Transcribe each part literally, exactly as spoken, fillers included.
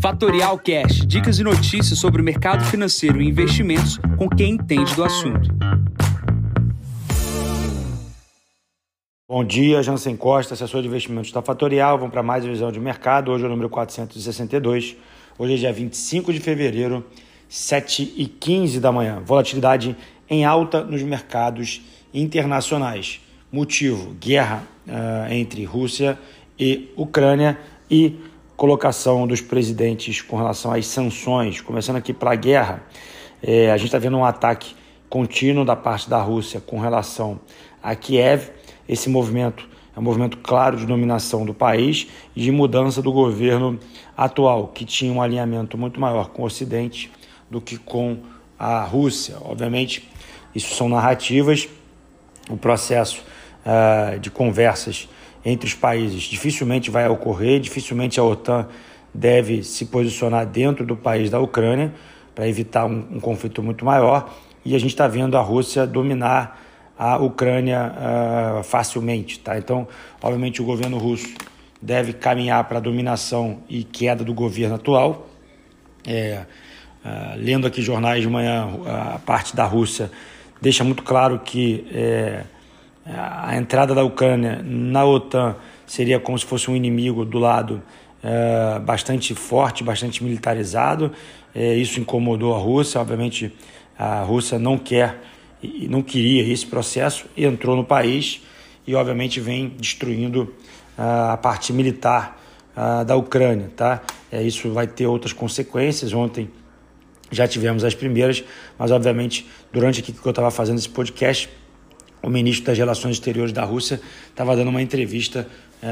Fatorial Cash, dicas e notícias sobre o mercado financeiro e investimentos com quem entende do assunto. Bom dia, Jansen Costa, assessor de investimentos da Fatorial. Vamos para mais uma visão de mercado. Hoje é o número quatrocentos e sessenta e dois. Hoje é dia vinte e cinco de fevereiro, sete e quinze da manhã. Volatilidade em alta nos mercados internacionais. Motivo, guerra uh, entre Rússia e Ucrânia e colocação dos presidentes com relação às sanções. Começando aqui pela guerra, é, a gente está vendo um ataque contínuo da parte da Rússia com relação a Kiev. Esse movimento é um movimento claro de dominação do país e de mudança do governo atual, que tinha um alinhamento muito maior com o Ocidente do que com a Rússia. Obviamente, isso são narrativas. O processo uh, de conversas entre os países dificilmente vai ocorrer, dificilmente a OTAN deve se posicionar dentro do país da Ucrânia para evitar um, um conflito muito maior, e a gente está vendo a Rússia dominar a Ucrânia uh, facilmente. Tá? Então, obviamente, o governo russo deve caminhar para a dominação e queda do governo atual. É, uh, lendo aqui jornais de manhã, a parte da Rússia deixa muito claro que é, a entrada da Ucrânia na OTAN seria como se fosse um inimigo do lado é, bastante forte, bastante militarizado. É, isso incomodou a Rússia. Obviamente, a Rússia não quer e não queria esse processo, entrou no país e, obviamente, vem destruindo a parte militar da Ucrânia. Tá? É, isso vai ter outras consequências. Ontem já tivemos as primeiras, mas, obviamente, durante aqui que eu estava fazendo esse podcast, o ministro das Relações Exteriores da Rússia estava dando uma entrevista,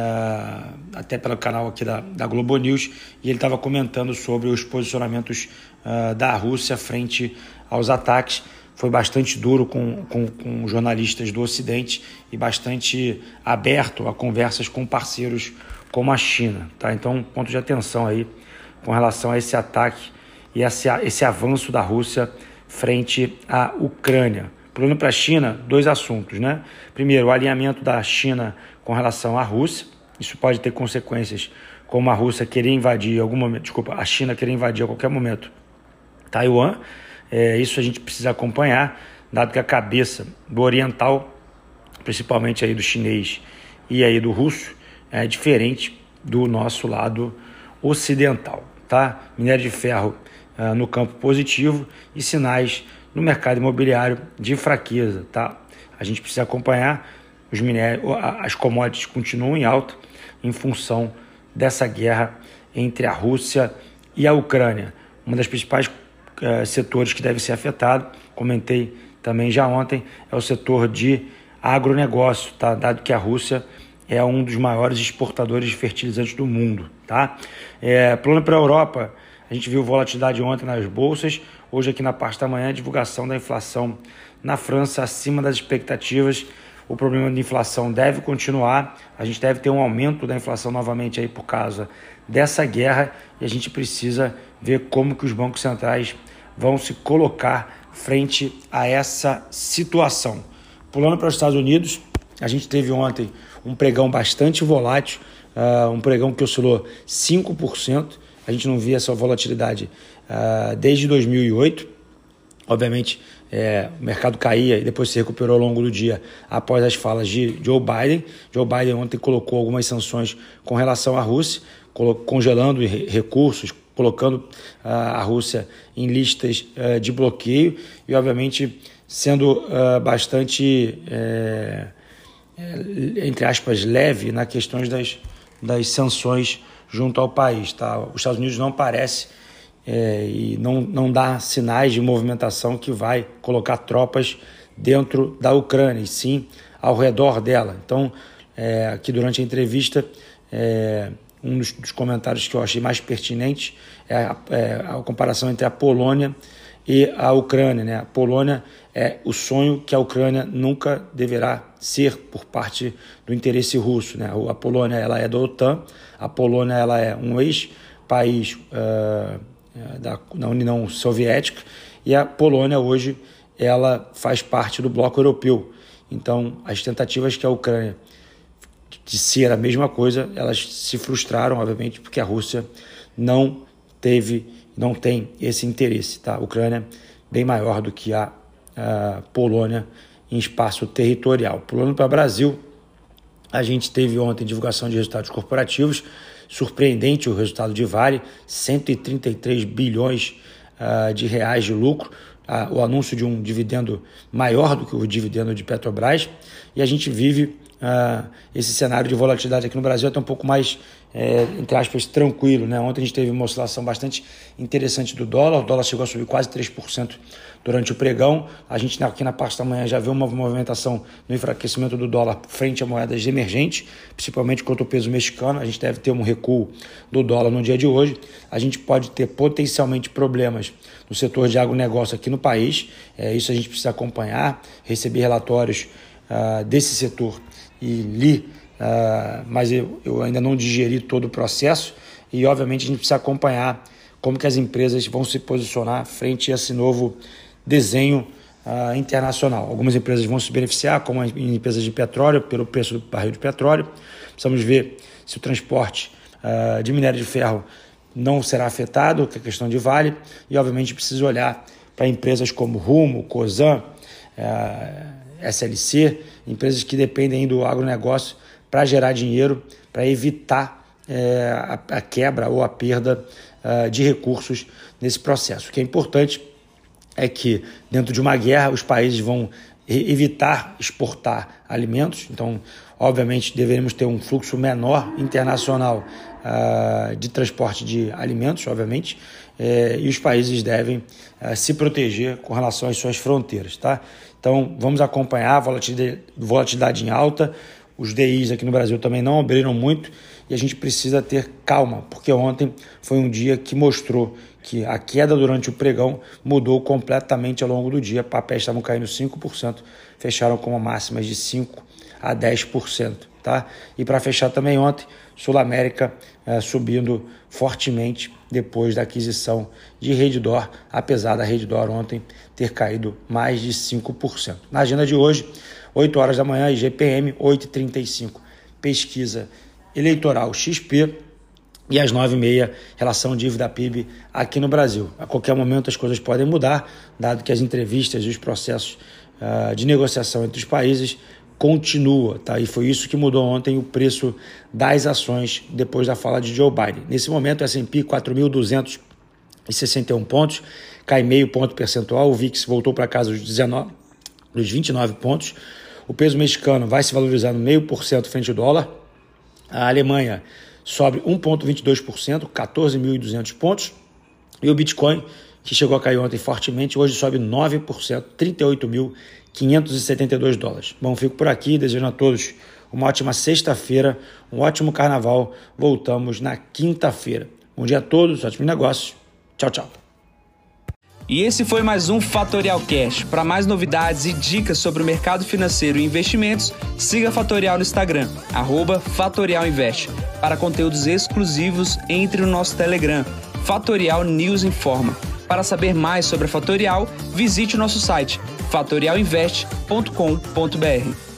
é, até pelo canal aqui da, da Globo News, e ele estava comentando sobre os posicionamentos é, da Rússia frente aos ataques. Foi bastante duro com, com, com jornalistas do Ocidente e bastante aberto a conversas com parceiros como a China. Tá? Então, ponto de atenção aí com relação a esse ataque e esse, esse avanço da Rússia frente à Ucrânia. Pulando para a China, dois assuntos, né? Primeiro, o alinhamento da China com relação à Rússia. Isso pode ter consequências, como a Rússia querer invadir algum momento, desculpa, a China querer invadir a qualquer momento Taiwan. É, isso a gente precisa acompanhar, dado que a cabeça do oriental, principalmente aí do chinês e aí do russo, é diferente do nosso lado ocidental, tá? Minério de ferro uh, no campo positivo e sinais no mercado imobiliário de fraqueza, tá? A gente precisa acompanhar os minérios, as commodities continuam em alta em função dessa guerra entre a Rússia e a Ucrânia. Uma das principais uh, setores que deve ser afetado, comentei também já ontem, é o setor de agronegócio, tá? Dado que a Rússia é um dos maiores exportadores de fertilizantes do mundo, tá? É, plano para a Europa, a gente viu volatilidade ontem nas bolsas. Hoje aqui na parte da manhã, a divulgação da inflação na França acima das expectativas. O problema de inflação deve continuar. A gente deve ter um aumento da inflação novamente aí por causa dessa guerra, e a gente precisa ver como que os bancos centrais vão se colocar frente a essa situação. Pulando para os Estados Unidos, a gente teve ontem um pregão bastante volátil, uh, um pregão que oscilou cinco por cento. A gente não via essa volatilidade uh, desde dois mil e oito. Obviamente, é, o mercado caía e depois se recuperou ao longo do dia após as falas de Joe Biden. Joe Biden ontem colocou algumas sanções com relação à Rússia, congelando recursos, colocando uh, a Rússia em listas uh, de bloqueio e, obviamente, sendo uh, bastante, é, é, entre aspas, leve nas questões das, das sanções junto ao país. Tá? Os Estados Unidos não parece é, e não, não dá sinais de movimentação que vai colocar tropas dentro da Ucrânia, e sim ao redor dela. Então, é, aqui durante a entrevista, é, um dos, dos comentários que eu achei mais pertinente é a, é a comparação entre a Polônia e a Ucrânia. Né? A Polônia é o sonho que a Ucrânia nunca deverá ser por parte do interesse russo. Né? A Polônia ela é da OTAN, a Polônia ela é um ex-país uh, da, da União Soviética, e a Polônia hoje ela faz parte do bloco europeu. Então, as tentativas que a Ucrânia de ser a mesma coisa, elas se frustraram, obviamente, porque a Rússia não teve, não tem esse interesse. Tá? A Ucrânia é bem maior do que a, a Polônia em espaço territorial. Pulando para o Brasil, a gente teve ontem divulgação de resultados corporativos, surpreendente o resultado de Vale, cento e trinta e três bilhões uh, de reais de lucro, uh, o anúncio de um dividendo maior do que o dividendo de Petrobras, e a gente vive uh, esse cenário de volatilidade aqui no Brasil até um pouco mais, é, entre aspas, tranquilo. Né? Ontem a gente teve uma oscilação bastante interessante do dólar, o dólar chegou a subir quase três por cento durante o pregão. A gente aqui na parte da manhã já viu uma movimentação no enfraquecimento do dólar frente a moedas emergentes, principalmente contra o peso mexicano. A gente deve ter um recuo do dólar no dia de hoje. A gente pode ter potencialmente problemas no setor de agronegócio aqui no país. É, isso a gente precisa acompanhar, receber relatórios uh, desse setor e li, uh, mas eu, eu ainda não digeri todo o processo e, obviamente, a gente precisa acompanhar como que as empresas vão se posicionar frente a esse novo desenho uh, internacional. Algumas empresas vão se beneficiar, como as empresas de petróleo, pelo preço do barril de petróleo. Precisamos ver se o transporte uh, de minério de ferro não será afetado, que é a questão de Vale, e obviamente precisa olhar para empresas como Rumo, Cosan, uh, S L C, empresas que dependem do agronegócio para gerar dinheiro, para evitar uh, a, a quebra ou a perda uh, de recursos nesse processo. O que é importante é que dentro de uma guerra os países vão evitar exportar alimentos, então obviamente deveremos ter um fluxo menor internacional uh, de transporte de alimentos, obviamente, eh, e os países devem uh, se proteger com relação às suas fronteiras. Tá? Então vamos acompanhar a volatilidade, volatilidade em alta. Os D Is aqui no Brasil também não abriram muito e a gente precisa ter calma, porque ontem foi um dia que mostrou que a queda durante o pregão mudou completamente ao longo do dia. Papéis estavam caindo cinco por cento, fecharam com uma máxima de cinco a dez por cento. Tá? E para fechar também ontem, Sul América eh, subindo fortemente depois da aquisição de Redditor, apesar da Redditor ontem ter caído mais de cinco por cento. Na agenda de hoje, oito horas da manhã, I G P M, oito e trinta e cinco, pesquisa eleitoral X P, e às nove e meia, relação dívida-P I B aqui no Brasil. A qualquer momento as coisas podem mudar, dado que as entrevistas e os processos uh, de negociação entre os países continuam. Tá? E foi isso que mudou ontem o preço das ações depois da fala de Joe Biden. Nesse momento, o S and P quatro mil duzentos e sessenta e um pontos, cai meio ponto percentual, o V I X voltou para casa dos, dezenove, dos vinte e nove pontos, o peso mexicano vai se valorizando meio por cento frente ao dólar, a Alemanha sobe um vírgula vinte e dois por cento, quatorze mil e duzentos pontos, e o Bitcoin, que chegou a cair ontem fortemente, hoje sobe nove por cento, trinta e oito mil quinhentos e setenta e dois dólares. Bom, fico por aqui, desejo a todos uma ótima sexta-feira, um ótimo carnaval, voltamos na quinta-feira. Bom dia a todos, ótimos negócios, tchau, tchau. E esse foi mais um Fatorial Cash. Para mais novidades e dicas sobre o mercado financeiro e investimentos, siga a Fatorial no Instagram, arroba Fatorial Invest. Para conteúdos exclusivos, entre no nosso Telegram, Fatorial News Informa. Para saber mais sobre a Fatorial, visite o nosso site fatorial invest ponto com ponto b r.